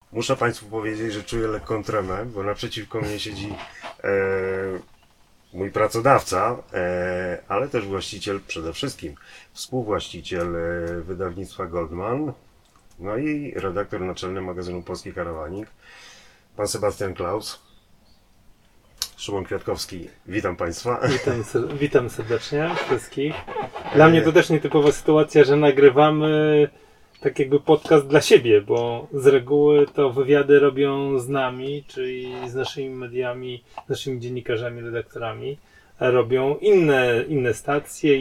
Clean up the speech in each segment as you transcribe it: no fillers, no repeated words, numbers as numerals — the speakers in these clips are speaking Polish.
Muszę Państwu powiedzieć, że czuję lekką tremę, bo naprzeciwko mnie siedzi mój pracodawca, ale też właściciel, przede wszystkim współwłaściciel wydawnictwa Goldman, no i redaktor naczelny magazynu Polski Karawanik, pan Sebastian Klaus. Szymon Kwiatkowski, witam Państwa. Witam serdecznie wszystkich. Dla mnie to też nietypowa sytuacja, że nagrywamy tak jakby podcast dla siebie, bo z reguły to wywiady robią z nami, czyli z naszymi mediami, naszymi dziennikarzami, redaktorami. Robią inne stacje,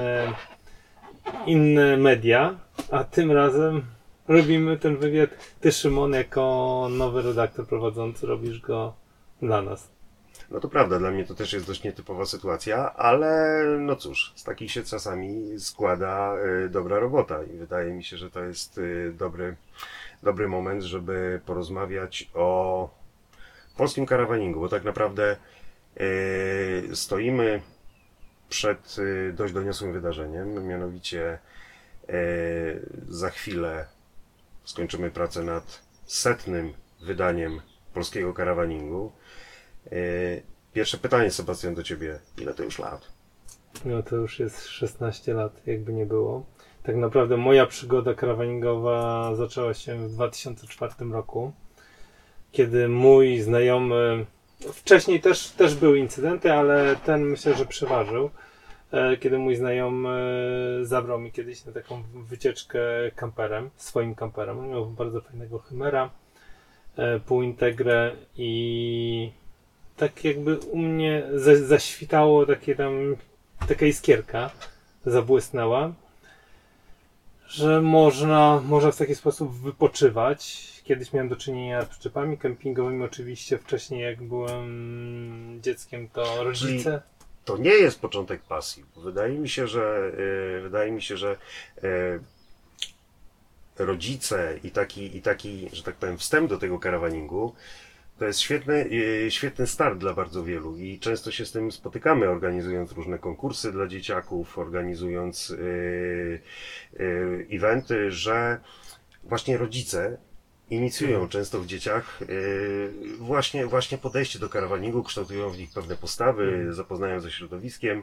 inne media, a tym razem robimy ten wywiad. Ty, Szymon, jako nowy redaktor prowadzący, robisz go dla nas. No to prawda, dla mnie to też jest dość nietypowa sytuacja, ale no cóż, z takich się czasami składa dobra robota i wydaje mi się, że to jest dobry moment, żeby porozmawiać o polskim karawaningu, bo tak naprawdę stoimy przed dość doniosłym wydarzeniem, mianowicie za chwilę skończymy pracę nad 100. wydaniem polskiego karawaningu. Pierwsze pytanie, Sebastian, do Ciebie. Ile to już lat? No to już jest 16 lat, jakby nie było. Tak naprawdę moja przygoda karawaningowa zaczęła się w 2004 roku, kiedy mój znajomy, wcześniej też były incydenty, ale ten myślę, że przeważył, kiedy mój znajomy zabrał mi kiedyś na taką wycieczkę kamperem, swoim kamperem. On miał bardzo fajnego Hummera, półintegrę i tak jakby u mnie zaświtało taka iskierka, zabłysnęła, że można w taki sposób wypoczywać. Kiedyś miałem do czynienia z przyczepami kempingowymi, oczywiście wcześniej jak byłem dzieckiem, to rodzice... Czyli to nie jest początek pasji. Wydaje mi się, że rodzice i taki, że tak powiem, wstęp do tego karawaningu to jest świetny start dla bardzo wielu i często się z tym spotykamy, organizując różne konkursy dla dzieciaków, organizując eventy, że właśnie rodzice inicjują często w dzieciach właśnie podejście do karawaningu, kształtują w nich pewne postawy, zapoznają ze środowiskiem,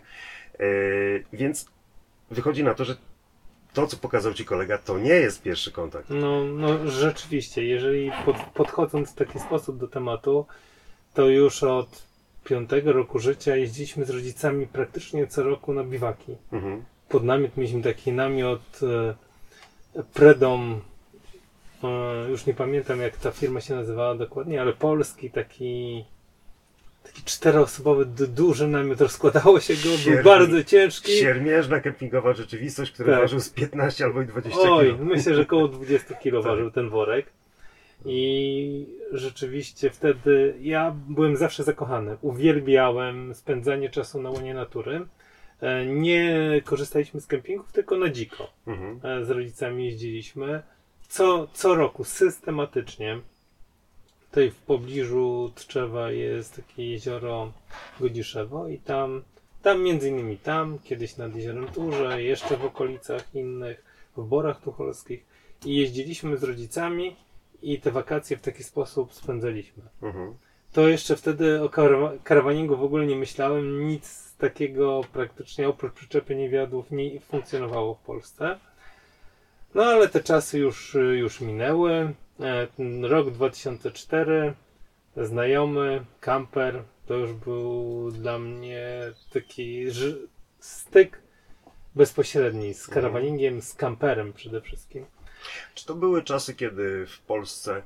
więc wychodzi na to, że to, co pokazał Ci kolega, to nie jest pierwszy kontakt. No rzeczywiście, jeżeli podchodząc w taki sposób do tematu, to już od 5 roku życia jeździliśmy z rodzicami praktycznie co roku na biwaki. Mhm. Pod namiot mieliśmy taki namiot Predom, już nie pamiętam jak ta firma się nazywała dokładnie, ale polski, taki 4-osobowy, duży namiot, rozkładało się go, był bardzo ciężki. Siermierzna kempingowa rzeczywistość, który ważył z 15 albo i 20 kg. Oj, myślę, że około 20 kg ważył ten worek. I rzeczywiście wtedy ja byłem zawsze zakochany. Uwielbiałem spędzanie czasu na łonie natury. Nie korzystaliśmy z kempingów, tylko na dziko. Z rodzicami jeździliśmy. Co roku, systematycznie. Tutaj w pobliżu Tczewa jest takie jezioro Godziszewo i tam między innymi kiedyś nad jeziorem Turze, jeszcze w okolicach innych, w Borach Tucholskich i jeździliśmy z rodzicami i te wakacje w taki sposób spędzaliśmy. To jeszcze wtedy o karawaningu w ogóle nie myślałem, nic takiego praktycznie oprócz przyczepy niewiadów nie funkcjonowało w Polsce. No ale te czasy już minęły. Rok 2004, znajomy, kamper, to już był dla mnie taki styk bezpośredni z karawaningiem, z kamperem przede wszystkim. Czy to były czasy, kiedy w Polsce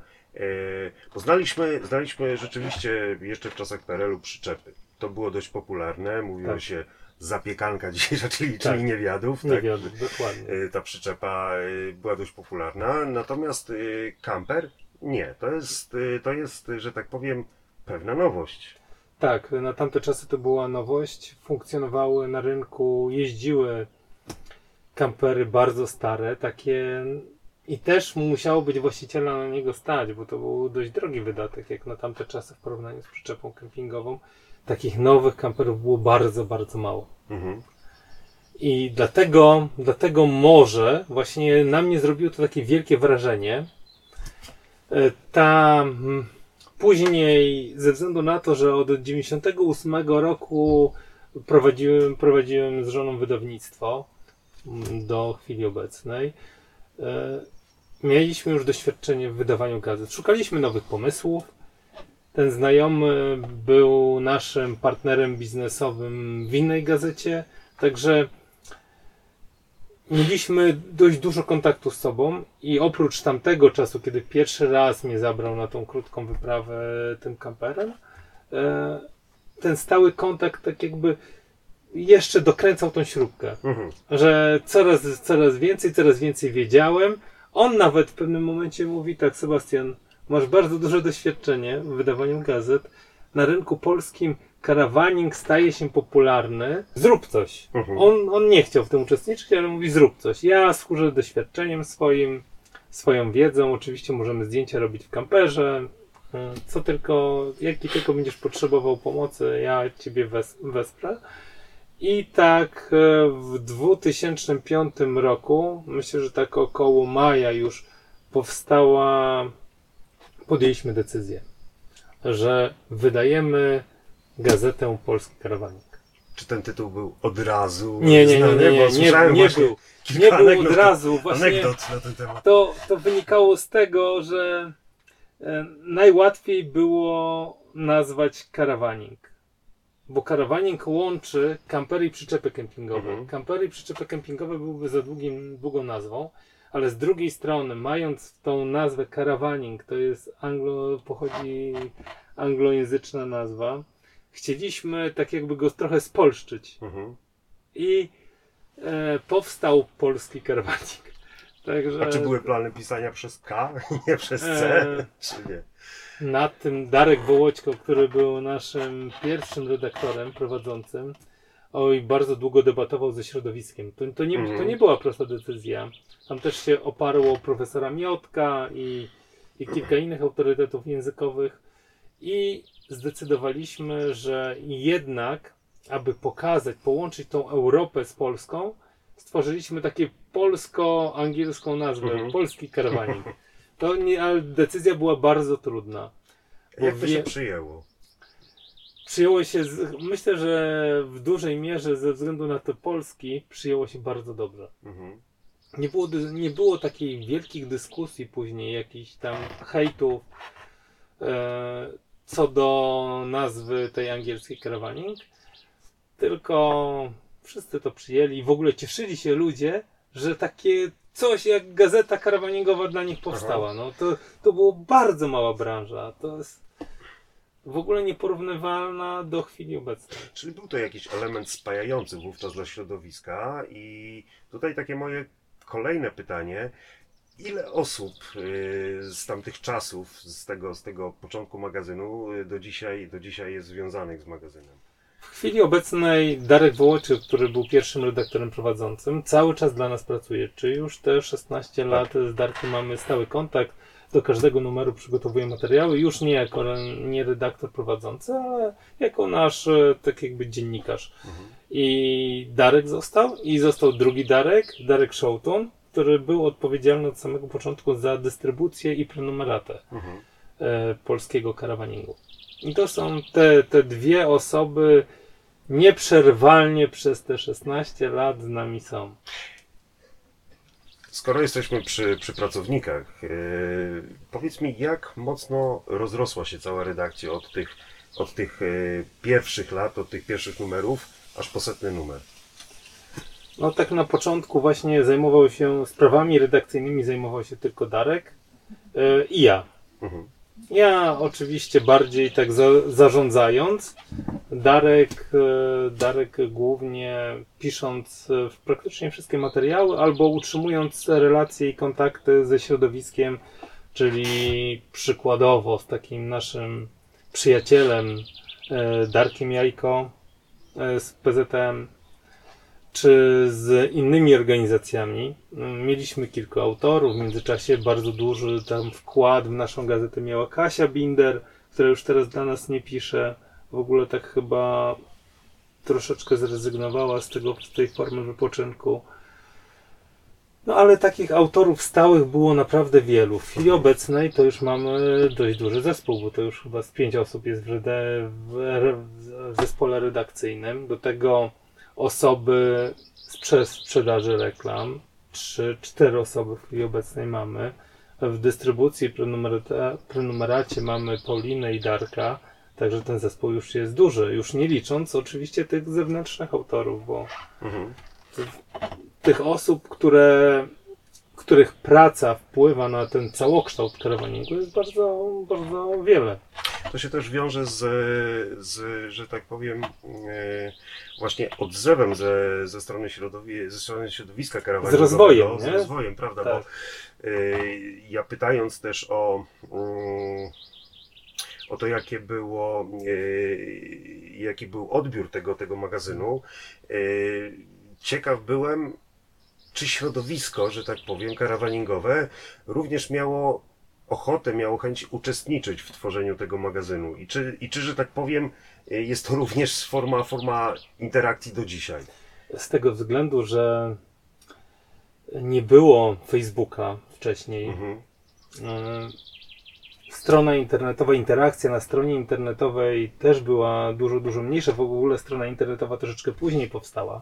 znaliśmy rzeczywiście jeszcze w czasach PRL-u przyczepy. To było dość popularne, mówiło się zapiekanka dzisiejsza, czyli niewiadów. Niewiadów, dokładnie. Ta przyczepa była dość popularna, natomiast kamper nie. To jest, że tak powiem, pewna nowość. Tak, na tamte czasy to była nowość. Funkcjonowały na rynku, jeździły kampery bardzo stare, takie i też musiało być właściciela na niego stać, bo to był dość drogi wydatek, jak na tamte czasy w porównaniu z przyczepą kempingową. Takich nowych kamperów było bardzo, bardzo mało. I dlatego może właśnie na mnie zrobiło to takie wielkie wrażenie, Później, ze względu na to, że od 98 roku prowadziłem z żoną wydawnictwo do chwili obecnej, mieliśmy już doświadczenie w wydawaniu gazet. Szukaliśmy nowych pomysłów. Ten znajomy był naszym partnerem biznesowym w innej gazecie, także mieliśmy dość dużo kontaktu z sobą i oprócz tamtego czasu, kiedy pierwszy raz mnie zabrał na tą krótką wyprawę tym kamperem, ten stały kontakt tak jakby jeszcze dokręcał tą śrubkę, że coraz więcej wiedziałem. On nawet w pewnym momencie mówi tak: Sebastian, masz bardzo duże doświadczenie w wydawaniu gazet. Na rynku polskim karawaning staje się popularny. Zrób coś. On nie chciał w tym uczestniczyć, ale mówi: zrób coś. Ja służę doświadczeniem swoją wiedzą. Oczywiście możemy zdjęcia robić w kamperze. Jaki tylko będziesz potrzebował pomocy, ja ciebie wesprę. I tak w 2005 roku, myślę, że tak około maja już podjęliśmy decyzję, że wydajemy gazetę Polski Karawaning. Czy ten tytuł był od razu? Nie był od razu. Właśnie anegdot na ten temat. To wynikało z tego, że najłatwiej było nazwać karawaning. Bo karawaning łączy kampery i przyczepy kempingowe. Kampery i przyczepy kempingowe byłyby za długą nazwą, ale z drugiej strony, mając tą nazwę karawaning, to jest pochodzi anglojęzyczna nazwa, chcieliśmy tak jakby go trochę spolszczyć. I powstał Polski Karawaning. Także, a czy były plany pisania przez K, nie przez C, czy nie? Nad tym Darek Wołoćko, który był naszym pierwszym redaktorem prowadzącym, bardzo długo debatował ze środowiskiem. To nie była prosta decyzja. Tam też się oparło profesora Miotka i kilka innych autorytetów językowych i zdecydowaliśmy, że jednak, aby połączyć tą Europę z Polską, stworzyliśmy takie polsko-angielską nazwę, Polski Karawaning. Ale decyzja była bardzo trudna. Jak to się przyjęło? Przyjęło się, myślę, że w dużej mierze ze względu na to Polski przyjęło się bardzo dobrze. Nie było takiej wielkich dyskusji później, jakichś tam hejtów co do nazwy tej angielskiej Karawaning, tylko wszyscy to przyjęli i w ogóle cieszyli się ludzie, że takie coś jak gazeta karawaningowa dla nich powstała. No, to była bardzo mała branża. To jest w ogóle nieporównywalna do chwili obecnej. Czyli był to jakiś element spajający wówczas dla środowiska i tutaj takie moje kolejne pytanie. Ile osób z tamtych czasów, z tego początku magazynu do dzisiaj jest związanych z magazynem? W chwili obecnej Darek Wołoczyk, który był pierwszym redaktorem prowadzącym, cały czas dla nas pracuje. Czy już te 16 lat z Darkiem mamy stały kontakt. Do każdego numeru przygotowuję materiały. Już nie redaktor prowadzący, ale jako nasz tak jakby dziennikarz. I Darek został drugi Darek Szołtun, który był odpowiedzialny od samego początku za dystrybucję i prenumeratę polskiego karawaningu. I to są te dwie osoby nieprzerwalnie przez te 16 lat z nami są. Skoro jesteśmy przy pracownikach, powiedz mi, jak mocno rozrosła się cała redakcja od tych pierwszych lat, od tych pierwszych numerów, aż po 100 numer? No tak na początku właśnie zajmował się sprawami redakcyjnymi, zajmował się tylko Darek i ja. Ja oczywiście bardziej tak zarządzając, Darek głównie pisząc praktycznie wszystkie materiały albo utrzymując relacje i kontakty ze środowiskiem, czyli przykładowo z takim naszym przyjacielem Darkiem Jajko z PZM, czy z innymi organizacjami. Mieliśmy kilku autorów, w międzyczasie bardzo duży tam wkład w naszą gazetę miała Kasia Binder, która już teraz dla nas nie pisze. W ogóle tak chyba troszeczkę zrezygnowała z tej formy wypoczynku. No ale takich autorów stałych było naprawdę wielu. W chwili obecnej to już mamy dość duży zespół, bo to już chyba z 5 osób jest w zespole redakcyjnym. Do tego osoby z sprzedaży reklam. 3-4 osoby w chwili obecnej mamy. W dystrybucji prenumeracie mamy Paulinę i Darka. Także ten zespół już jest duży. Już nie licząc oczywiście tych zewnętrznych autorów, bo tych osób, których praca wpływa na ten całokształt karawaningu jest bardzo, bardzo wiele. To się też wiąże że tak powiem, właśnie odzewem ze strony środowiska karawaningowego. Z rozwojem, z rozwojem, prawda? Tak. Bo ja pytając też o to, jaki był odbiór tego magazynu, ciekaw byłem, czy środowisko, że tak powiem, karawaningowe również miało ochotę, miało chęć uczestniczyć w tworzeniu tego magazynu i czy że tak powiem, jest to również forma interakcji do dzisiaj. Z tego względu, że nie było Facebooka wcześniej. Strona internetowa, interakcja na stronie internetowej też była dużo, dużo mniejsza. W ogóle strona internetowa troszeczkę później powstała.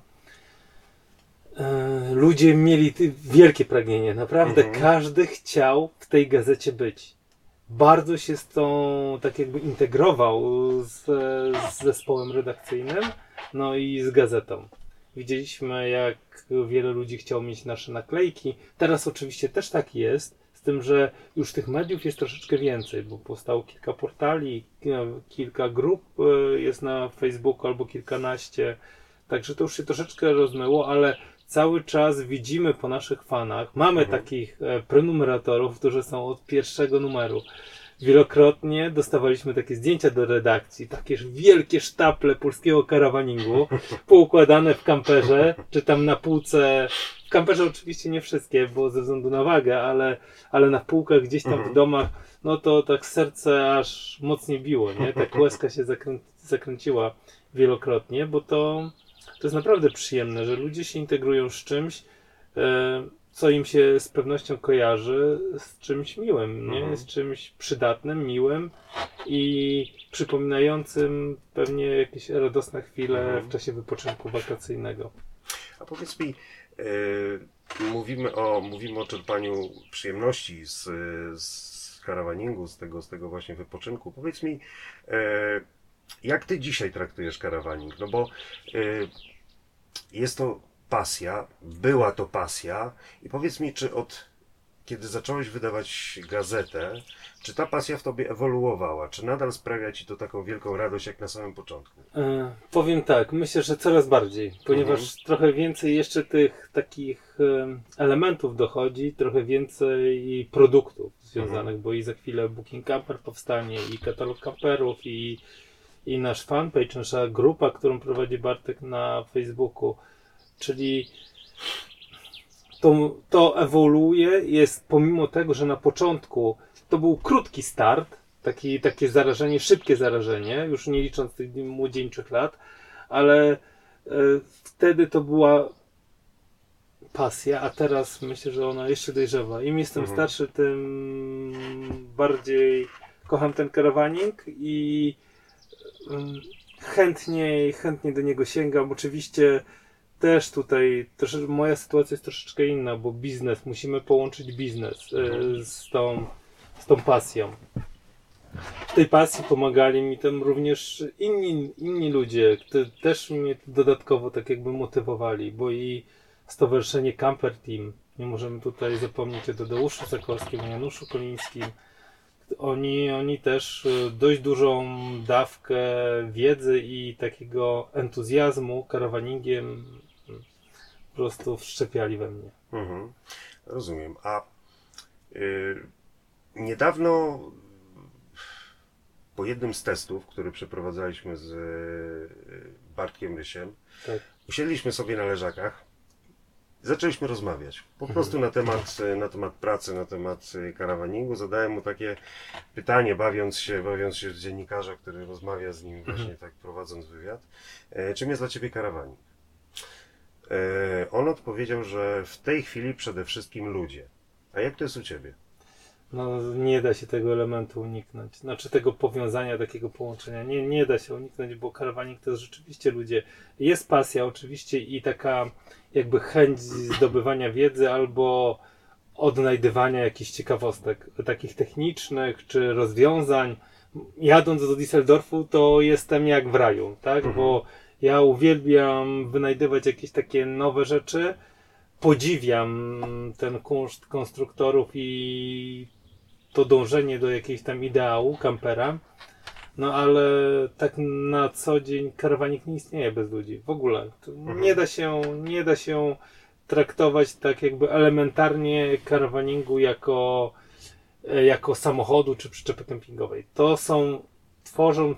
Ludzie mieli wielkie pragnienie. Naprawdę każdy chciał w tej gazecie być. Bardzo się z tą tak jakby integrował z zespołem redakcyjnym, no i z gazetą. Widzieliśmy, jak wiele ludzi chciało mieć nasze naklejki. Teraz oczywiście też tak jest, z tym, że już tych mediów jest troszeczkę więcej, bo powstało kilka portali, kilka grup jest na Facebooku albo kilkanaście. Także to już się troszeczkę rozmyło, ale cały czas widzimy po naszych fanach, mamy takich prenumeratorów, którzy są od pierwszego numeru. Wielokrotnie dostawaliśmy takie zdjęcia do redakcji, takie wielkie sztaple polskiego karawaningu, poukładane w kamperze, czy tam na półce. W kamperze oczywiście nie wszystkie, bo ze względu na wagę, ale na półkach gdzieś tam w domach, no to tak serce aż mocniej biło, nie? Tak łezka się zakręciła wielokrotnie, bo to jest naprawdę przyjemne, że ludzie się integrują z czymś, co im się z pewnością kojarzy z czymś miłym, nie? Z czymś przydatnym, miłym i przypominającym pewnie jakieś radosne chwile w czasie wypoczynku wakacyjnego. A powiedz mi, mówimy o czerpaniu przyjemności z karawaningu, z tego właśnie wypoczynku. Powiedz mi, jak ty dzisiaj traktujesz karawaning? No bo jest to pasja, była to pasja i powiedz mi, czy kiedy zacząłeś wydawać gazetę, czy ta pasja w tobie ewoluowała? Czy nadal sprawia ci to taką wielką radość jak na samym początku? Powiem tak, myślę, że coraz bardziej, ponieważ trochę więcej jeszcze tych takich elementów dochodzi, trochę więcej produktów związanych, bo i za chwilę Booking Camper powstanie, i katalog kamperów, i nasz fanpage, nasza grupa, którą prowadzi Bartek na Facebooku. Czyli to ewoluuje, jest pomimo tego, że na początku to był krótki start, takie zarażenie, szybkie zarażenie, już nie licząc tych młodzieńczych lat, ale wtedy to była pasja, a teraz myślę, że ona jeszcze dojrzewa. Im jestem starszy, tym bardziej kocham ten karawaning i chętnie do niego sięgam. Oczywiście też tutaj moja sytuacja jest troszeczkę inna, bo musimy połączyć biznes z tą pasją. W tej pasji pomagali mi tam również inni ludzie, którzy też mnie dodatkowo tak jakby motywowali, bo i Stowarzyszenie Camper Team, nie możemy tutaj zapomnieć o Tadeuszu Sakorskim, o Januszu Kolińskim. Oni też dość dużą dawkę wiedzy i takiego entuzjazmu karawaningiem po prostu wszczepiali we mnie. Rozumiem. A niedawno po jednym z testów, który przeprowadzaliśmy z Bartkiem Rysiem, usiedliśmy sobie na leżakach. Zaczęliśmy rozmawiać po prostu na temat pracy, na temat karawaningu. Zadałem mu takie pytanie, bawiąc się z dziennikarza, który rozmawia z nim właśnie tak prowadząc wywiad. Czym jest dla ciebie karawaning? On odpowiedział, że w tej chwili przede wszystkim ludzie. A jak to jest u Ciebie? No, nie da się tego elementu uniknąć. Znaczy tego powiązania, takiego połączenia. Nie da się uniknąć, bo karawaning to jest rzeczywiście ludzie. Jest pasja oczywiście i taka jakby chęć zdobywania wiedzy albo odnajdywania jakichś ciekawostek, takich technicznych czy rozwiązań. Jadąc do Düsseldorfu, to jestem jak w raju, tak? Bo ja uwielbiam wynajdywać jakieś takie nowe rzeczy. Podziwiam ten kunszt konstruktorów i to dążenie do jakiegoś tam ideału kampera. No ale tak na co dzień karawanik nie istnieje bez ludzi. W ogóle. Nie da się traktować tak jakby elementarnie karawaningu jako samochodu czy przyczepy kempingowej. Tworzą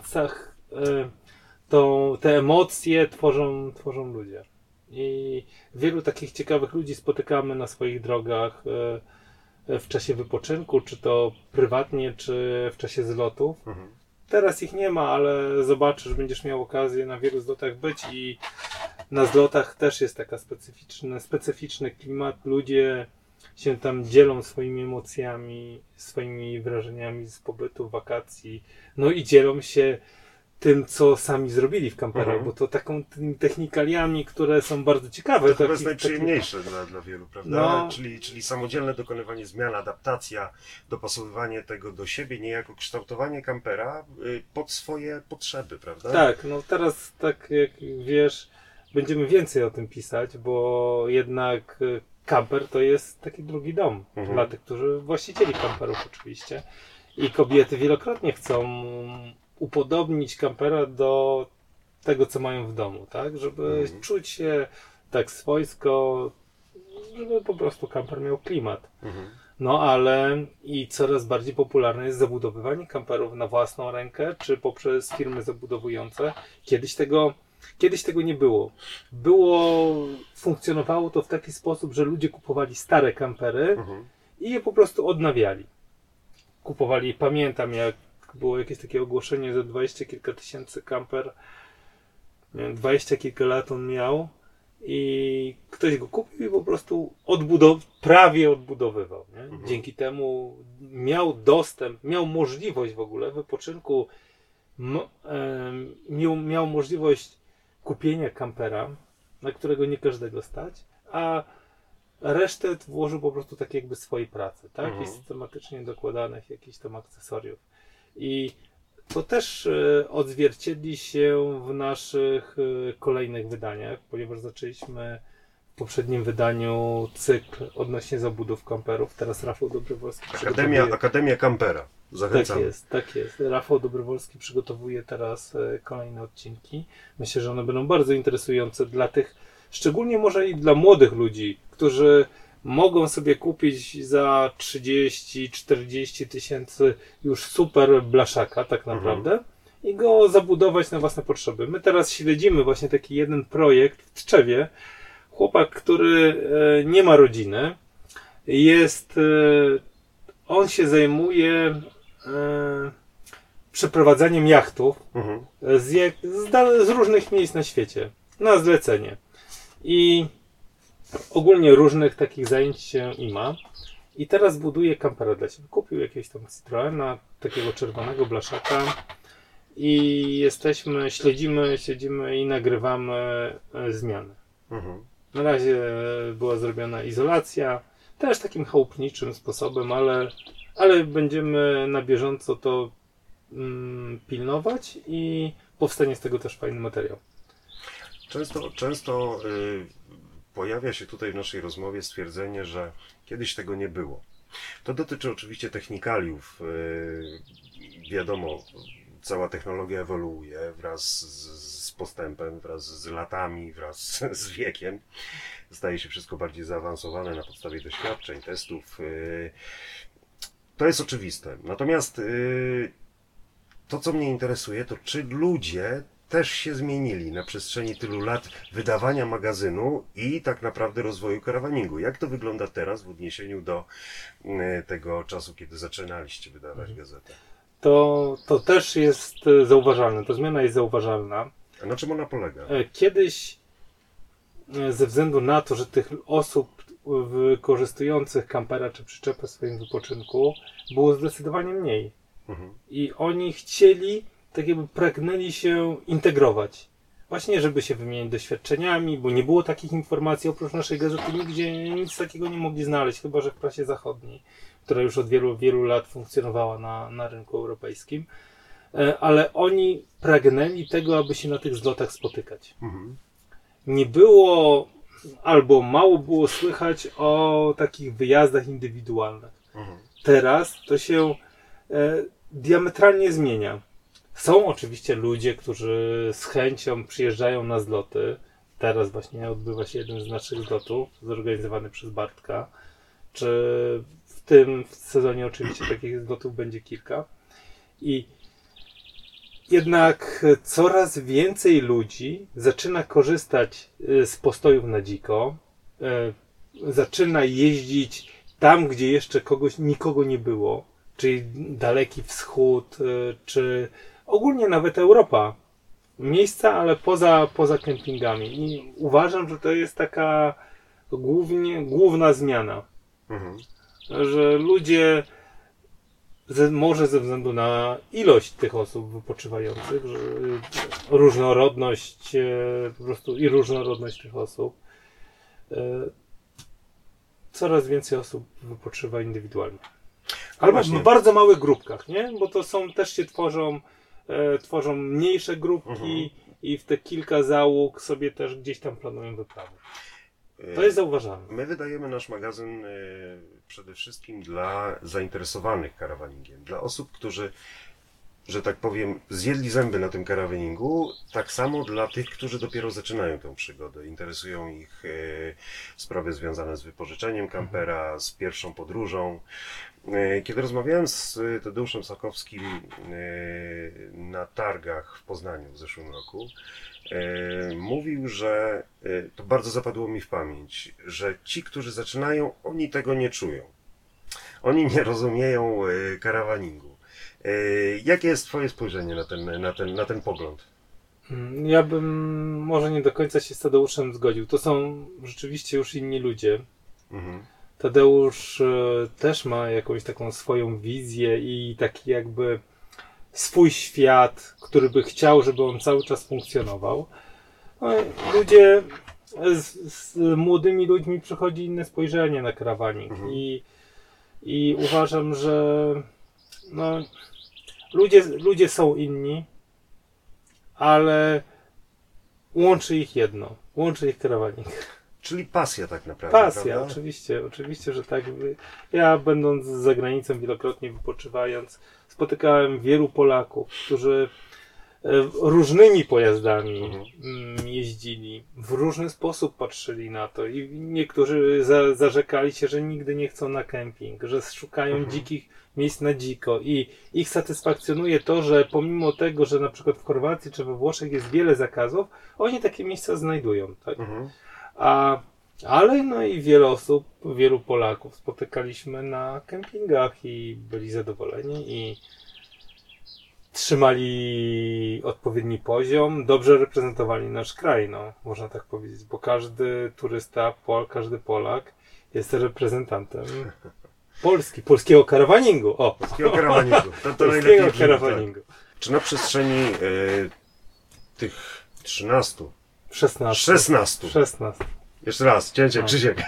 te emocje tworzą ludzie. I wielu takich ciekawych ludzi spotykamy na swoich drogach w czasie wypoczynku, czy to prywatnie, czy w czasie zlotów. Teraz ich nie ma, ale zobaczysz, będziesz miał okazję na wielu zlotach być i na zlotach też jest taka specyficzny klimat. Ludzie się tam dzielą swoimi emocjami, swoimi wrażeniami z pobytu, wakacji, no i dzielą się tym, co sami zrobili w kamperach, bo to tymi technikaliami, które są bardzo ciekawe. To chyba jest najprzyjemniejsze dla wielu, prawda? No. Czyli samodzielne dokonywanie zmian, adaptacja, dopasowywanie tego do siebie, niejako kształtowanie kampera pod swoje potrzeby, prawda? Tak, no teraz tak jak wiesz, będziemy więcej o tym pisać, bo jednak kamper to jest taki drugi dom dla tych, którzy właścicieli kamperów oczywiście. I kobiety wielokrotnie chcą upodobnić kampera do tego, co mają w domu, tak? Żeby czuć się tak swojsko, żeby po prostu kamper miał klimat. No ale i coraz bardziej popularne jest zabudowywanie kamperów na własną rękę, czy poprzez firmy zabudowujące. Kiedyś tego nie było. Funkcjonowało to w taki sposób, że ludzie kupowali stare kampery i je po prostu odnawiali. Pamiętam jak było jakieś takie ogłoszenie, że 20 kilka tysięcy kamper, 20 kilka lat on miał i ktoś go kupił i po prostu prawie odbudowywał. Nie? Dzięki temu miał dostęp, miał możliwość w ogóle wypoczynku, miał możliwość kupienia kampera, na którego nie każdego stać, a resztę włożył po prostu tak jakby swojej pracy, tak? I systematycznie dokładanych jakichś tam akcesoriów. I to też odzwierciedli się w naszych kolejnych wydaniach, ponieważ zaczęliśmy w poprzednim wydaniu cykl odnośnie zabudów kamperów. Teraz Rafał Dobrowolski Akademia Kampera. Zachęcam. Tak jest. Rafał Dobrowolski przygotowuje teraz kolejne odcinki. Myślę, że one będą bardzo interesujące dla tych, szczególnie może i dla młodych ludzi, którzy mogą sobie kupić za 30-40 tysięcy już super blaszaka tak naprawdę i go zabudować na własne potrzeby. My teraz śledzimy właśnie taki jeden projekt w Tczewie. Chłopak, który nie ma rodziny, on się zajmuje przeprowadzaniem jachtów z różnych miejsc na świecie na zlecenie. I ogólnie różnych takich zajęć się ma. I teraz buduje kampera dla siebie. Kupił jakiegoś tam Citroena, takiego czerwonego blaszaka i śledzimy i nagrywamy zmiany. Na razie była zrobiona izolacja, też takim chałupniczym sposobem, ale będziemy na bieżąco to pilnować i powstanie z tego też fajny materiał. Często pojawia się tutaj w naszej rozmowie stwierdzenie, że kiedyś tego nie było. To dotyczy oczywiście technikaliów. Wiadomo, cała technologia ewoluuje wraz z postępem, wraz z latami, wraz z wiekiem. Staje się wszystko bardziej zaawansowane na podstawie doświadczeń, testów. To jest oczywiste. Natomiast to, co mnie interesuje, to czy ludzie też się zmienili na przestrzeni tylu lat wydawania magazynu i tak naprawdę rozwoju karawaningu. Jak to wygląda teraz w odniesieniu do tego czasu, kiedy zaczynaliście wydawać gazetę? To też jest zauważalne. Ta zmiana jest zauważalna. A na czym ona polega? Kiedyś ze względu na to, że tych osób wykorzystujących kampera czy przyczepę w swoim wypoczynku było zdecydowanie mniej. I oni chcieli, tak jakby pragnęli się integrować. Właśnie, żeby się wymienić doświadczeniami, bo nie było takich informacji, oprócz naszej gazety nigdzie nic takiego nie mogli znaleźć, chyba że w prasie zachodniej, która już od wielu, wielu lat funkcjonowała na rynku europejskim. Ale oni pragnęli tego, aby się na tych zlotach spotykać. Nie było, albo mało było słychać o takich wyjazdach indywidualnych. Teraz to się diametralnie zmienia. Są oczywiście ludzie, którzy z chęcią przyjeżdżają na zloty. Teraz właśnie odbywa się jeden z naszych zlotów, zorganizowany przez Bartka. Czy w tym sezonie oczywiście takich zlotów będzie kilka. I jednak coraz więcej ludzi zaczyna korzystać z postojów na dziko, zaczyna jeździć tam, gdzie jeszcze nikogo nie było, czyli Daleki Wschód, czy ogólnie nawet Europa. Miejsca, ale poza kempingami. I uważam, że to jest taka główna zmiana. Że ludzie może ze względu na ilość tych osób wypoczywających, że różnorodność po prostu i różnorodność tych osób, coraz więcej osób wypoczywa indywidualnie. Albo w bardzo małych grupkach, nie? Bo to też się tworzą mniejsze grupki i w te kilka załóg sobie też gdzieś tam planują wyprawy. To jest zauważalne. My wydajemy nasz magazyn przede wszystkim dla zainteresowanych karawaningiem, dla osób, którzy, że tak powiem, zjedli zęby na tym karawaningu, tak samo dla tych, którzy dopiero zaczynają tę przygodę. Interesują ich sprawy związane z wypożyczeniem kampera, z pierwszą podróżą. Kiedy rozmawiałem z Tadeuszem Sakowskim na targach w Poznaniu w zeszłym roku, mówił, że to bardzo zapadło mi w pamięć, że ci, którzy zaczynają, oni tego nie czują. Oni nie rozumieją karawaningu. Jakie jest twoje spojrzenie na ten pogląd? Ja bym może nie do końca się z Tadeuszem zgodził. To są rzeczywiście już inni ludzie. Tadeusz też ma jakąś taką swoją wizję i taki jakby swój świat, który by chciał, żeby on cały czas funkcjonował. No, z młodymi ludźmi przychodzi inne spojrzenie na karawaning i uważam, że no, ludzie są inni, ale łączy ich jedno, łączy ich karawaning. Czyli pasja tak naprawdę. Pasja, prawda? oczywiście, że tak. Ja będąc za granicą wielokrotnie wypoczywając, spotykałem wielu Polaków, którzy różnymi pojazdami jeździli, w różny sposób patrzyli na to i niektórzy zarzekali się, że nigdy nie chcą na kemping, że szukają dzikich miejsc na dziko i ich satysfakcjonuje to, że pomimo tego, że na przykład w Chorwacji czy we Włoszech jest wiele zakazów, oni takie miejsca znajdują, tak? Ale no i wiele osób, wielu Polaków spotykaliśmy na kempingach i byli zadowoleni i trzymali odpowiedni poziom, dobrze reprezentowali nasz kraj, no, można tak powiedzieć, bo każdy turysta, każdy Polak jest reprezentantem polskiego karawaningu. Polskiego karawaningu. To polskiego karawaningu. Tak. Czy na przestrzeni tych 16. Jeszcze raz, cięcie, Krzysiek.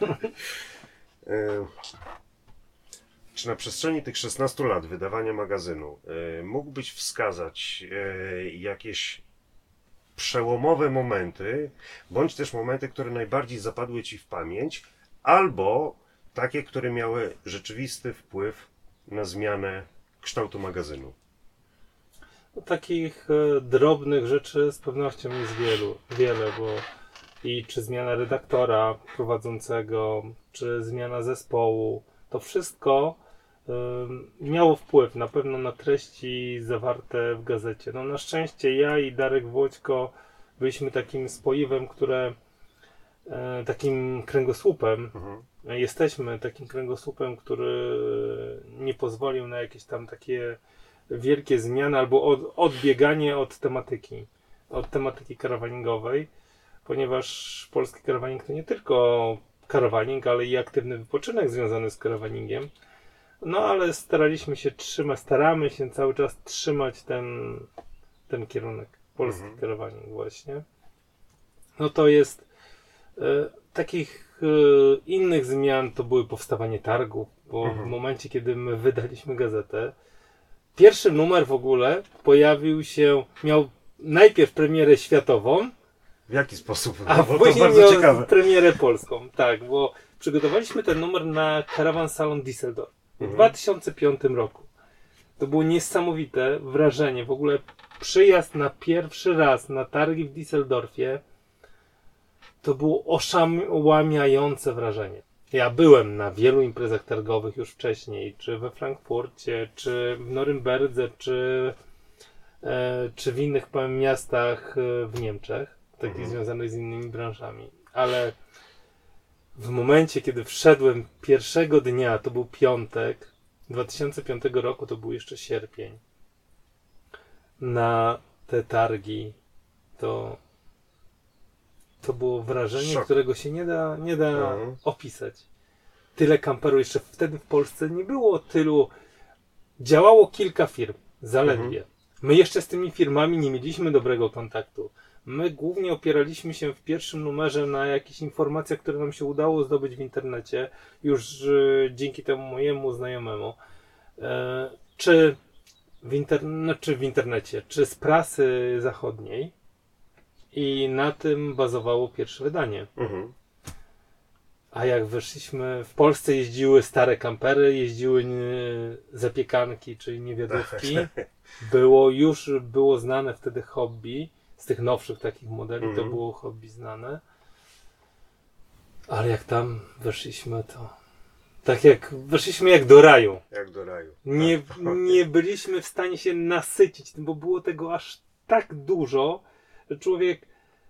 Czy na przestrzeni tych 16 lat wydawania magazynu mógłbyś wskazać jakieś przełomowe momenty, bądź też momenty, które najbardziej zapadły ci w pamięć, albo takie, które miały rzeczywisty wpływ na zmianę kształtu magazynu? Takich drobnych rzeczy z pewnością jest wiele, bo i czy zmiana redaktora prowadzącego, czy zmiana zespołu, to wszystko miało wpływ na pewno na treści zawarte w gazecie. No na szczęście ja i Darek Włoćko byliśmy takim spoiwem, takim kręgosłupem, jesteśmy takim kręgosłupem, który nie pozwolił na jakieś tam takie wielkie zmiany albo odbieganie od tematyki karawaningowej. ponieważ polski karawaning to nie tylko karawaning, ale i aktywny wypoczynek związany z karawaningiem. No ale staramy się cały czas trzymać ten kierunek, polski karawaning właśnie. No to jest takich innych zmian to były powstawanie targów, bo w momencie, kiedy my wydaliśmy gazetę, pierwszy numer w ogóle miał najpierw premierę światową, W jaki sposób? a Bo to później bardzo miał ciekawe. premierę polską. Tak, bo przygotowaliśmy ten numer na Caravan Salon Düsseldorf w 2005 roku. To było niesamowite wrażenie. W ogóle przyjazd na pierwszy raz na targi w Düsseldorfie to było oszałamiające wrażenie. Ja byłem na wielu imprezach targowych już wcześniej, czy we Frankfurcie, czy w Norymberdze, czy w innych miastach w Niemczech, takich związanych z innymi branżami. Ale w momencie, kiedy wszedłem pierwszego dnia, to był piątek 2005 roku, to był jeszcze sierpień, na te targi, to było wrażenie, Szok. którego się nie da opisać. Tyle kamperów, jeszcze wtedy w Polsce nie było tylu, działało kilka firm, zaledwie. My jeszcze z tymi firmami nie mieliśmy dobrego kontaktu. My głównie opieraliśmy się w pierwszym numerze na jakichś informacjach, które nam się udało zdobyć w internecie, już dzięki temu mojemu znajomemu. Czy w internecie, czy z prasy zachodniej. I na tym bazowało pierwsze wydanie. A jak wyszliśmy, w Polsce jeździły stare kampery, jeździły zapiekanki, czyli niewiadówki. Było znane wtedy hobby. Z tych nowszych takich modeli to było hobby znane. Ale jak tam weszliśmy, to tak jak weszliśmy jak do raju. Jak do raju. Nie byliśmy w stanie się nasycić, bo było tego aż tak dużo, że człowiek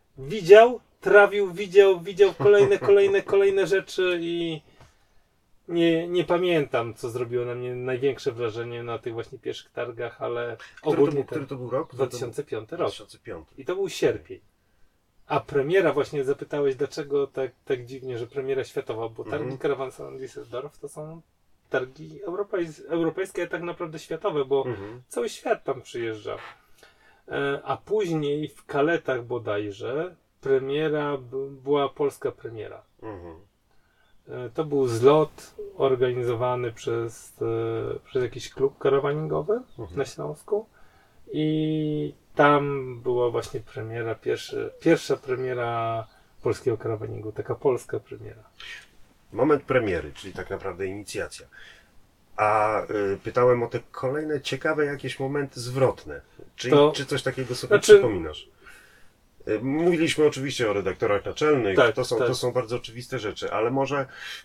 widział kolejne rzeczy i nie pamiętam, co zrobiło na mnie największe wrażenie na tych właśnie pierwszych targach, ale ogólnie Który to był rok? 2005 rok. 2005. I to był sierpień. A premiera, właśnie zapytałeś, dlaczego tak dziwnie, że premiera światowa, bo targi Caravan Salon Düsseldorf to są targi europejskie, ale tak naprawdę światowe, bo cały świat tam przyjeżdża. A później w Kaletach bodajże była polska premiera. To był zlot organizowany przez jakiś klub karawaningowy na Śląsku i tam była właśnie premiera, pierwsza premiera polskiego karawaningu, taka polska premiera. Moment premiery, czyli tak naprawdę inicjacja. A pytałem o te kolejne ciekawe jakieś momenty zwrotne. Czy coś takiego sobie przypominasz? Mówiliśmy oczywiście o redaktorach naczelnych, tak, to są bardzo oczywiste rzeczy, ale może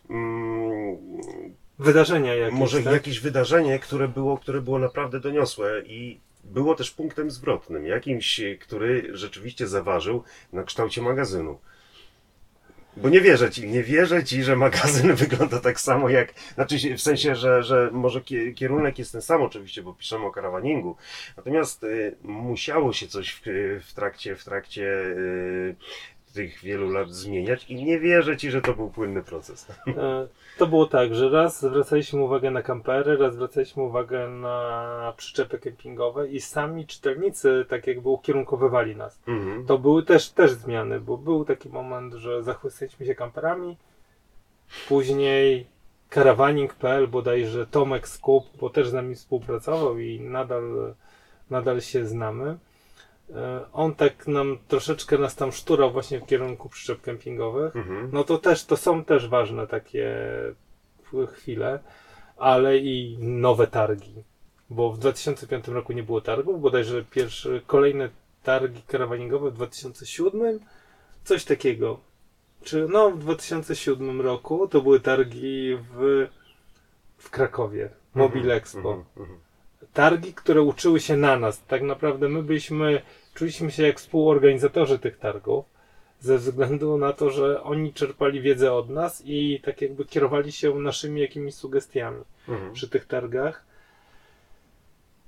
wydarzenia jakieś, może jakieś wydarzenie, które było naprawdę doniosłe i było też punktem zwrotnym, jakimś, który rzeczywiście zaważył na kształcie magazynu. Bo nie wierzę ci, że magazyn wygląda tak samo jak, znaczy w sensie, że może kierunek jest ten sam oczywiście, bo piszemy o karawaningu, natomiast musiało się coś w trakcie tych wielu lat zmieniać i nie wierzę ci, że to był płynny proces. To było tak, że raz zwracaliśmy uwagę na kampery, raz zwracaliśmy uwagę na przyczepy kempingowe i sami czytelnicy tak jakby ukierunkowywali nas. To były też zmiany, bo był taki moment, że zachłysnęliśmy się kamperami, później Caravaning.pl, bodajże Tomek Skup, bo też z nami współpracował i nadal się znamy. On tak troszeczkę nas tam szturał właśnie w kierunku przyczep kempingowych. No to są też ważne takie chwile, ale i nowe targi, bo w 2005 roku nie było targów, bodajże kolejne targi karawaningowe w 2007, coś takiego. W 2007 roku to były targi w Krakowie, Mobile Expo. Targi, które uczyły się na nas. Tak naprawdę czuliśmy się jak współorganizatorzy tych targów, ze względu na to, że oni czerpali wiedzę od nas i tak jakby kierowali się naszymi jakimiś sugestiami przy tych targach.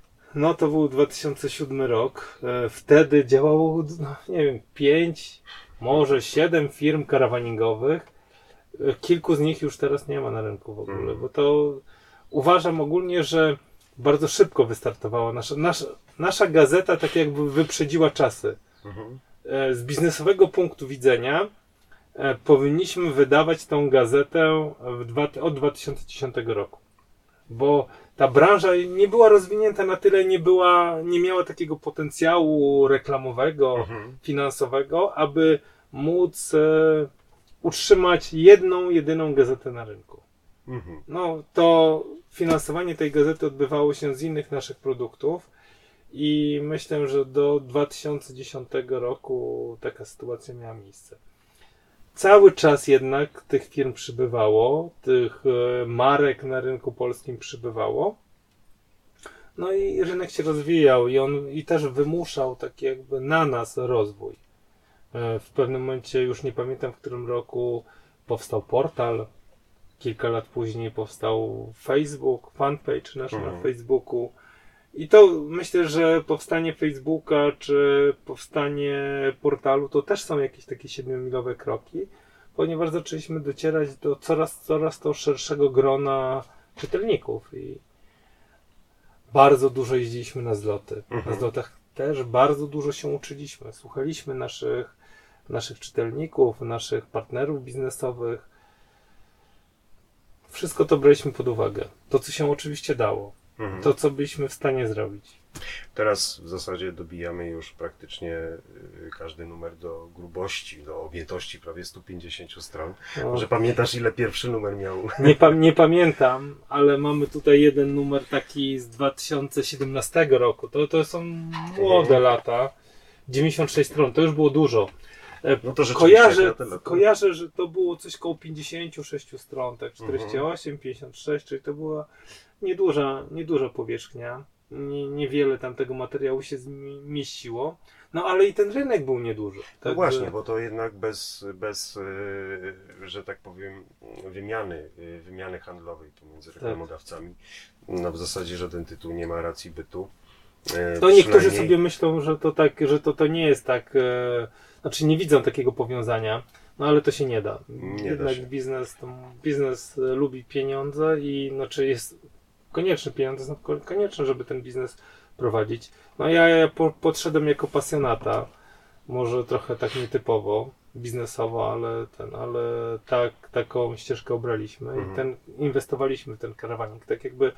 To był 2007 rok. Wtedy działało, 5 może 7 firm karawaningowych. Kilku z nich już teraz nie ma na rynku w ogóle, bo to uważam ogólnie, że bardzo szybko wystartowała. Nasza gazeta tak jakby wyprzedziła czasy. Z biznesowego punktu widzenia powinniśmy wydawać tą gazetę od 2010 roku. Bo ta branża nie była rozwinięta na tyle, nie miała takiego potencjału reklamowego, finansowego, aby móc utrzymać jedną, jedyną gazetę na rynku. No to finansowanie tej gazety odbywało się z innych naszych produktów i myślę, że do 2010 roku taka sytuacja miała miejsce. Cały czas jednak tych firm przybywało, tych marek na rynku polskim przybywało. No i rynek się rozwijał i też wymuszał tak jakby na nas rozwój. W pewnym momencie, już nie pamiętam w którym roku, powstał portal. Kilka lat później powstał Facebook, fanpage nasz na Facebooku. I to myślę, że powstanie Facebooka czy powstanie portalu to też są jakieś takie 7-milowe kroki, ponieważ zaczęliśmy docierać do coraz to szerszego grona czytelników i bardzo dużo jeździliśmy na zloty. Na zlotach też bardzo dużo się uczyliśmy. Słuchaliśmy naszych czytelników, naszych partnerów biznesowych. Wszystko to braliśmy pod uwagę. To, co się oczywiście dało. To, co byliśmy w stanie zrobić. Teraz w zasadzie dobijamy już praktycznie każdy numer do grubości, do objętości prawie 150 stron. Może pamiętasz, ile pierwszy numer miał? Nie pamiętam, ale mamy tutaj jeden numer taki z 2017 roku. To są młode lata. 96 stron, to już było dużo. No to kojarzę, że to było coś koło 56 stron, tak 48, 56, czyli to była nieduża powierzchnia. Niewiele tam tego materiału się zmieściło. No ale i ten rynek był nieduży. Tak, no właśnie, bo to jednak bez że tak powiem, wymiany handlowej pomiędzy reklamodawcami, no w zasadzie żaden tytuł nie ma racji bytu. To niektórzy sobie myślą, że to tak, że to nie jest tak, znaczy nie widzą takiego powiązania, no ale to się nie da. Jednak biznes lubi pieniądze i znaczy jest konieczne pieniądze, są konieczne, żeby ten biznes prowadzić. No ja podszedłem jako pasjonata, może trochę tak nietypowo, biznesowo, ale taką ścieżkę obraliśmy i inwestowaliśmy w ten karawaning. Tak jakby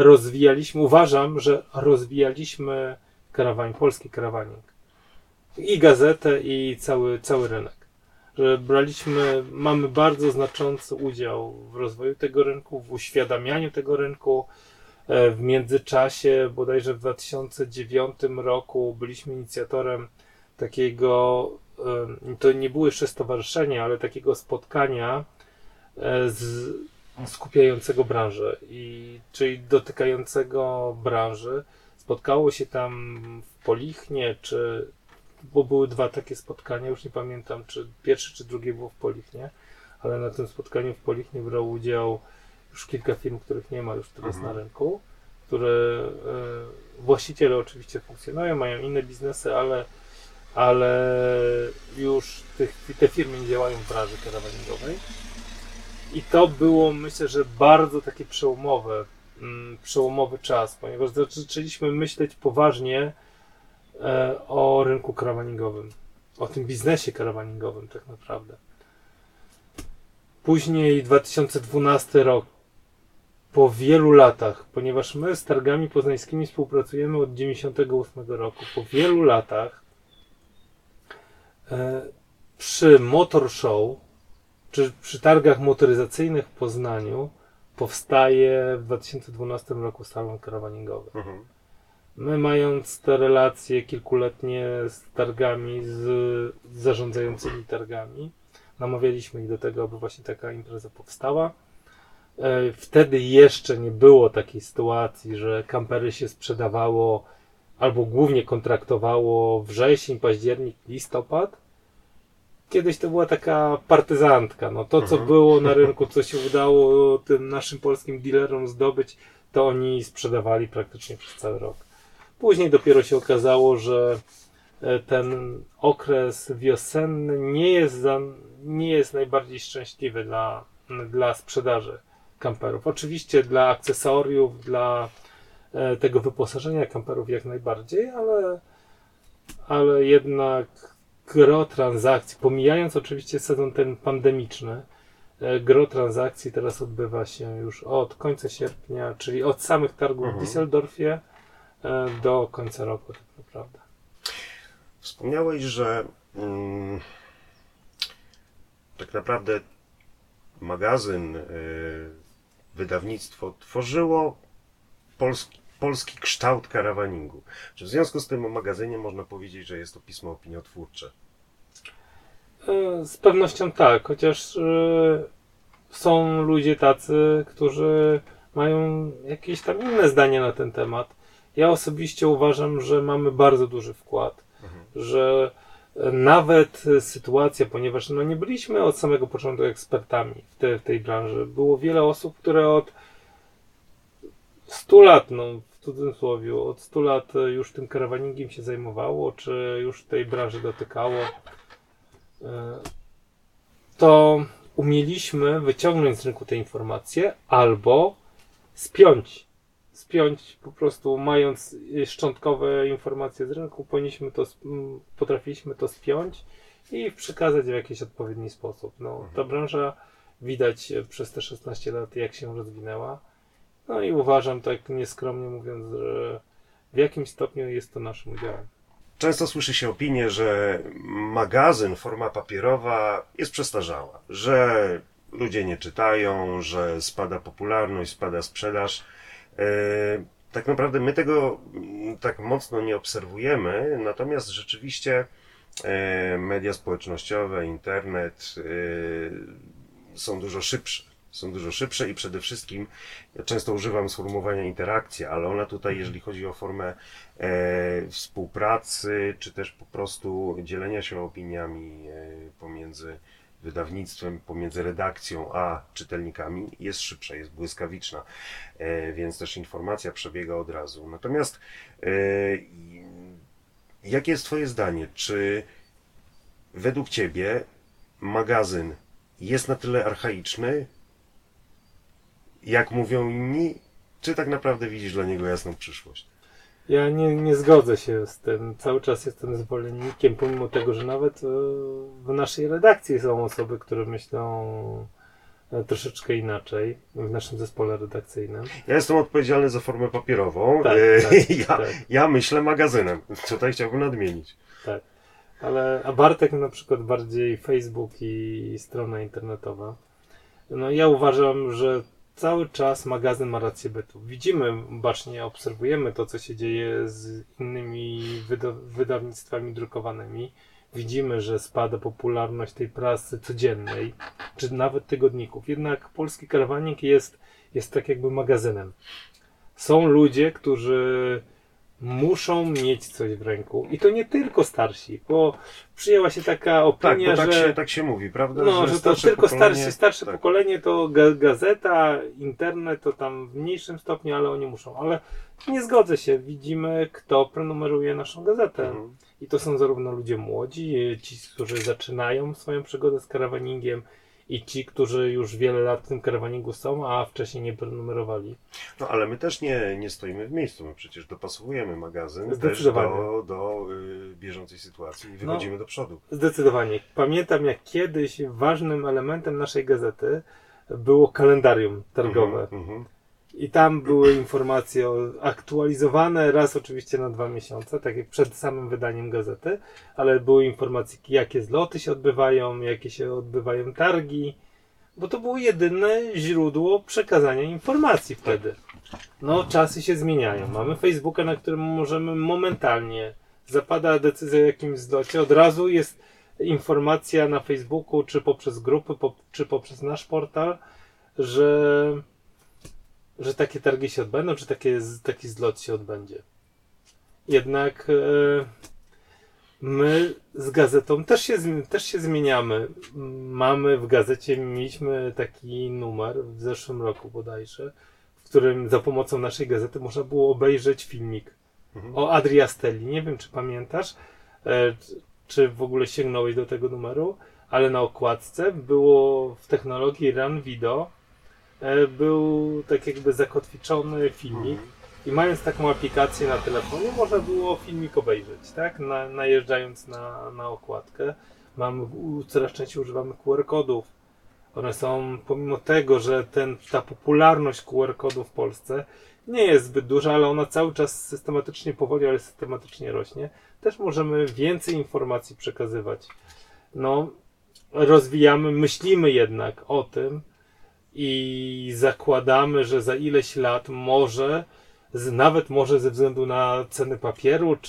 uważam, że rozwijaliśmy polski karawaning. I gazetę, i cały rynek. Że mamy bardzo znaczący udział w rozwoju tego rynku, w uświadamianiu tego rynku. W międzyczasie, bodajże w 2009 roku byliśmy inicjatorem takiego, to nie było jeszcze stowarzyszenie, ale takiego spotkania skupiającego branżę, czyli dotykającego branży. Spotkało się tam w Polichnie, bo były 2 takie spotkania, już nie pamiętam, czy pierwsze, czy drugie było w Polichnie, ale na tym spotkaniu w Polichnie brał udział już kilka firm, których nie ma już teraz na rynku, które właściciele oczywiście funkcjonują, mają inne biznesy, ale już te firmy nie działają w branży karawaningowej. I to było, myślę, że bardzo taki przełomowy czas, ponieważ zaczęliśmy myśleć poważnie o rynku karawaningowym, o tym biznesie karawaningowym tak naprawdę. Później 2012 rok, po wielu latach, ponieważ my z targami poznańskimi współpracujemy od 1998 roku, po wielu latach przy Motor Show, czy przy targach motoryzacyjnych w Poznaniu powstaje w 2012 roku salon karawaningowy. My, mając te relacje kilkuletnie z targami, z zarządzającymi targami, namawialiśmy ich do tego, aby właśnie taka impreza powstała. Wtedy jeszcze nie było takiej sytuacji, że kampery się sprzedawało albo głównie kontraktowało wrzesień, październik, listopad. Kiedyś to była taka partyzantka. No to, co było na rynku, co się udało tym naszym polskim dealerom zdobyć, to oni sprzedawali praktycznie przez cały rok. Później dopiero się okazało, że ten okres wiosenny nie jest najbardziej szczęśliwy dla sprzedaży kamperów. Oczywiście dla akcesoriów, dla tego wyposażenia kamperów jak najbardziej, ale jednak gro transakcji, pomijając oczywiście sezon ten pandemiczny, gro transakcji teraz odbywa się już od końca sierpnia, czyli od samych targów w Düsseldorfie do końca roku tak naprawdę. Wspomniałeś, że tak naprawdę magazyn, wydawnictwo tworzyło polski kształt karawaningu. Czy w związku z tym o magazynie można powiedzieć, że jest to pismo opiniotwórcze? Z pewnością tak, chociaż są ludzie tacy, którzy mają jakieś tam inne zdanie na ten temat. Ja osobiście uważam, że mamy bardzo duży wkład, że nawet sytuacja, ponieważ nie byliśmy od samego początku ekspertami w tej branży. Było wiele osób, które od 100 lat, w cudzysłowie, od 100 lat już tym karawaningiem się zajmowało, czy już tej branży dotykało. To umieliśmy wyciągnąć z rynku te informacje albo spiąć po prostu, mając szczątkowe informacje z rynku, potrafiliśmy to spiąć i przekazać w jakiś odpowiedni sposób. Ta branża widać przez te 16 lat, jak się rozwinęła. No i uważam, tak nieskromnie mówiąc, że w jakimś stopniu jest to naszym udziałem. Często słyszy się opinię, że magazyn, forma papierowa jest przestarzała, że ludzie nie czytają, że spada popularność, spada sprzedaż. Tak naprawdę my tego tak mocno nie obserwujemy, natomiast rzeczywiście media społecznościowe, internet są dużo szybsze i przede wszystkim ja często używam sformułowania interakcja, ale ona tutaj, jeżeli chodzi o formę współpracy, czy też po prostu dzielenia się opiniami pomiędzy wydawnictwem, pomiędzy redakcją a czytelnikami, jest szybsza, jest błyskawiczna, więc też informacja przebiega od razu. Natomiast jakie jest Twoje zdanie? Czy według Ciebie magazyn jest na tyle archaiczny, jak mówią inni, czy tak naprawdę widzisz dla niego jasną przyszłość? Ja nie zgodzę się z tym. Cały czas jestem zwolennikiem, pomimo tego, że nawet w naszej redakcji są osoby, które myślą troszeczkę inaczej, w naszym zespole redakcyjnym. Ja jestem odpowiedzialny za formę papierową. Tak. Ja myślę magazynem. Tutaj chciałbym nadmienić. Tak. A Bartek na przykład bardziej Facebook i strona internetowa. Ja uważam, że cały czas magazyn ma rację bytu. Widzimy, bacznie obserwujemy to, co się dzieje z innymi wydawnictwami drukowanymi. Widzimy, że spada popularność tej prasy codziennej, czy nawet tygodników. Jednak polski karawaning jest tak jakby magazynem. Są ludzie, którzy muszą mieć coś w ręku. I to nie tylko starsi, bo przyjęła się taka opinia, że tak się mówi, prawda? Że to tylko starsze pokolenie to gazeta, internet to tam w mniejszym stopniu, ale oni muszą. Ale nie zgodzę się. Widzimy, kto prenumeruje naszą gazetę. I to są zarówno ludzie młodzi, ci, którzy zaczynają swoją przygodę z karawaningiem, i ci, którzy już wiele lat w tym karawaningu są, a wcześniej nie prenumerowali. Ale my też nie stoimy w miejscu. My przecież dopasowujemy magazyn też do bieżącej sytuacji i wychodzimy do przodu. Zdecydowanie. Pamiętam, jak kiedyś ważnym elementem naszej gazety było kalendarium targowe. I tam były informacje aktualizowane raz oczywiście na 2 miesiące, tak jak przed samym wydaniem gazety, ale były informacje, jakie zloty się odbywają, jakie się odbywają targi, bo to było jedyne źródło przekazania informacji wtedy. Czasy się zmieniają. Mamy Facebooka, na którym możemy momentalnie, zapada decyzja o jakimś zlocie, od razu jest informacja na Facebooku, czy poprzez grupy, czy poprzez nasz portal, że takie targi się odbędą, czy taki zlot się odbędzie. Jednak my z gazetą też się zmieniamy. Mieliśmy taki numer w zeszłym roku bodajże, w którym za pomocą naszej gazety można było obejrzeć filmik o Adriastelli. Nie wiem, czy pamiętasz. czy w ogóle sięgnąłeś do tego numeru, ale na okładce było w technologii Run Video był tak jakby zakotwiczony filmik i mając taką aplikację na telefonie można było filmik obejrzeć, tak? Najeżdżając na okładkę. Coraz częściej używamy QR-kodów. One są, pomimo tego, że ta popularność QR-kodów w Polsce nie jest zbyt duża, ale ona cały czas systematycznie, powoli, ale systematycznie rośnie. Też możemy więcej informacji przekazywać. No, rozwijamy, myślimy jednak o tym i zakładamy, że za ileś lat nawet może ze względu na ceny papieru,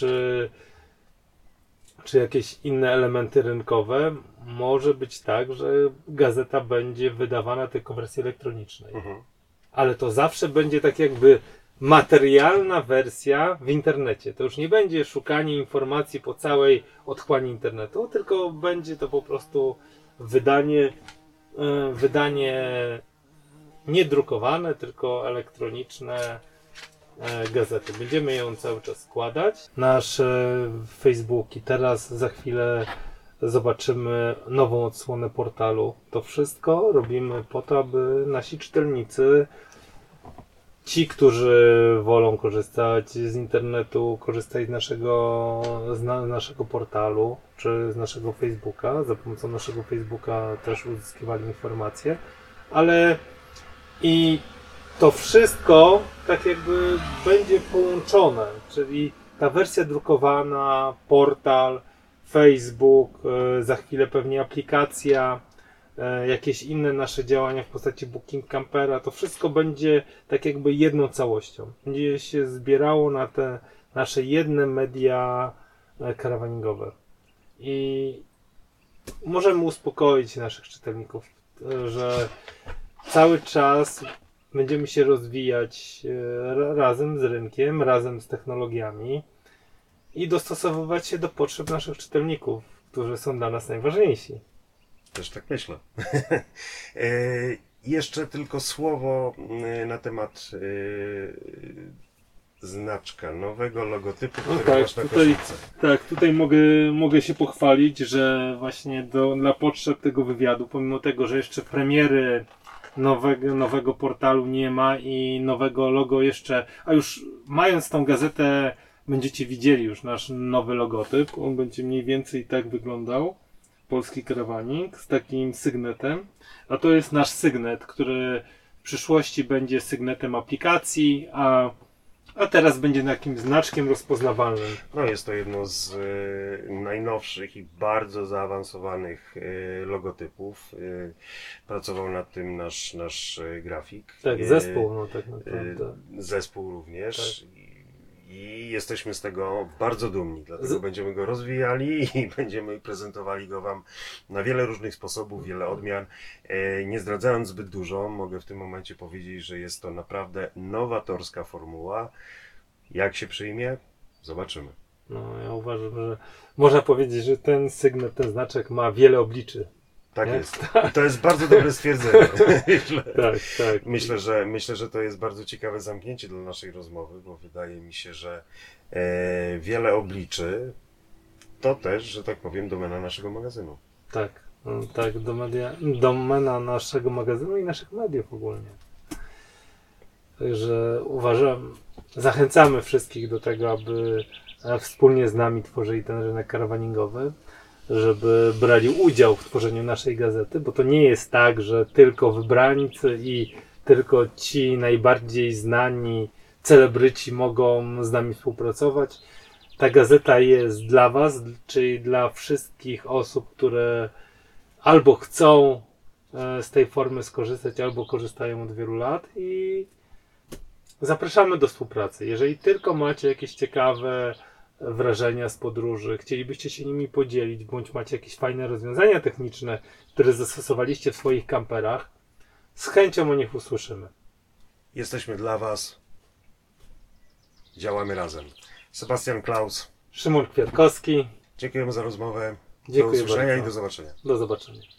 czy jakieś inne elementy rynkowe, może być tak, że gazeta będzie wydawana tylko w wersji elektronicznej. Ale to zawsze będzie tak jakby materialna wersja w internecie. To już nie będzie szukanie informacji po całej otchłani internetu, tylko będzie to po prostu wydanie nie drukowane, tylko elektroniczne gazety. Będziemy ją cały czas składać. Nasze Facebooki. Teraz za chwilę zobaczymy nową odsłonę portalu. To wszystko robimy po to, aby nasi czytelnicy, ci, którzy wolą korzystać z internetu, korzystać z naszego portalu, czy z naszego Facebooka, za pomocą naszego Facebooka też uzyskiwali informacje, ale i to wszystko tak jakby będzie połączone, czyli ta wersja drukowana, portal, Facebook, za chwilę pewnie aplikacja, jakieś inne nasze działania w postaci Booking Campera, to wszystko będzie tak jakby jedną całością. Będzie się zbierało na te nasze jedne media karawaningowe. I możemy uspokoić naszych czytelników, że cały czas będziemy się rozwijać razem z rynkiem, razem z technologiami i dostosowywać się do potrzeb naszych czytelników, którzy są dla nas najważniejsi. Też tak myślę. Jeszcze tylko słowo na temat znaczka, nowego logotypu, który masz na koszulce. Tak, tutaj mogę się pochwalić, że właśnie dla potrzeb tego wywiadu, pomimo tego, że jeszcze premiery nowego portalu nie ma i nowego logo jeszcze, a już mając tą gazetę będziecie widzieli już nasz nowy logotyp, on będzie mniej więcej tak wyglądał. Polski Karawaning z takim sygnetem, a to jest nasz sygnet, który w przyszłości będzie sygnetem aplikacji, a teraz będzie takim znaczkiem rozpoznawalnym. No jest to jedno z najnowszych i bardzo zaawansowanych logotypów. Pracował nad tym nasz grafik. Tak, zespół, no tak naprawdę. Zespół również. Tak. I jesteśmy z tego bardzo dumni, dlatego będziemy go rozwijali i będziemy prezentowali go Wam na wiele różnych sposobów, wiele odmian. Nie zdradzając zbyt dużo, mogę w tym momencie powiedzieć, że jest to naprawdę nowatorska formuła. Jak się przyjmie? Zobaczymy. No, ja uważam, że można powiedzieć, że ten sygnet, ten znaczek ma wiele obliczy. Tak jest. I to jest bardzo dobre stwierdzenie. Tak. Myślę, że to jest bardzo ciekawe zamknięcie dla naszej rozmowy, bo wydaje mi się, że wiele obliczy to też, że tak powiem, domena naszego magazynu. Tak, domena naszego magazynu i naszych mediów ogólnie. Także zachęcamy wszystkich do tego, aby wspólnie z nami tworzyli ten rynek karawaningowy, żeby brali udział w tworzeniu naszej gazety, bo to nie jest tak, że tylko wybrańcy i tylko ci najbardziej znani celebryci mogą z nami współpracować. Ta gazeta jest dla Was, czyli dla wszystkich osób, które albo chcą z tej formy skorzystać, albo korzystają od wielu lat i zapraszamy do współpracy. Jeżeli tylko macie jakieś ciekawe wrażenia z podróży, chcielibyście się nimi podzielić, bądź macie jakieś fajne rozwiązania techniczne, które zastosowaliście w swoich kamperach, z chęcią o nich usłyszymy. Jesteśmy dla Was. Działamy razem. Sebastian Klaus. Szymon Kwiatkowski. Dziękujemy za rozmowę. Dziękuję do usłyszenia bardzo. I do zobaczenia. Do zobaczenia.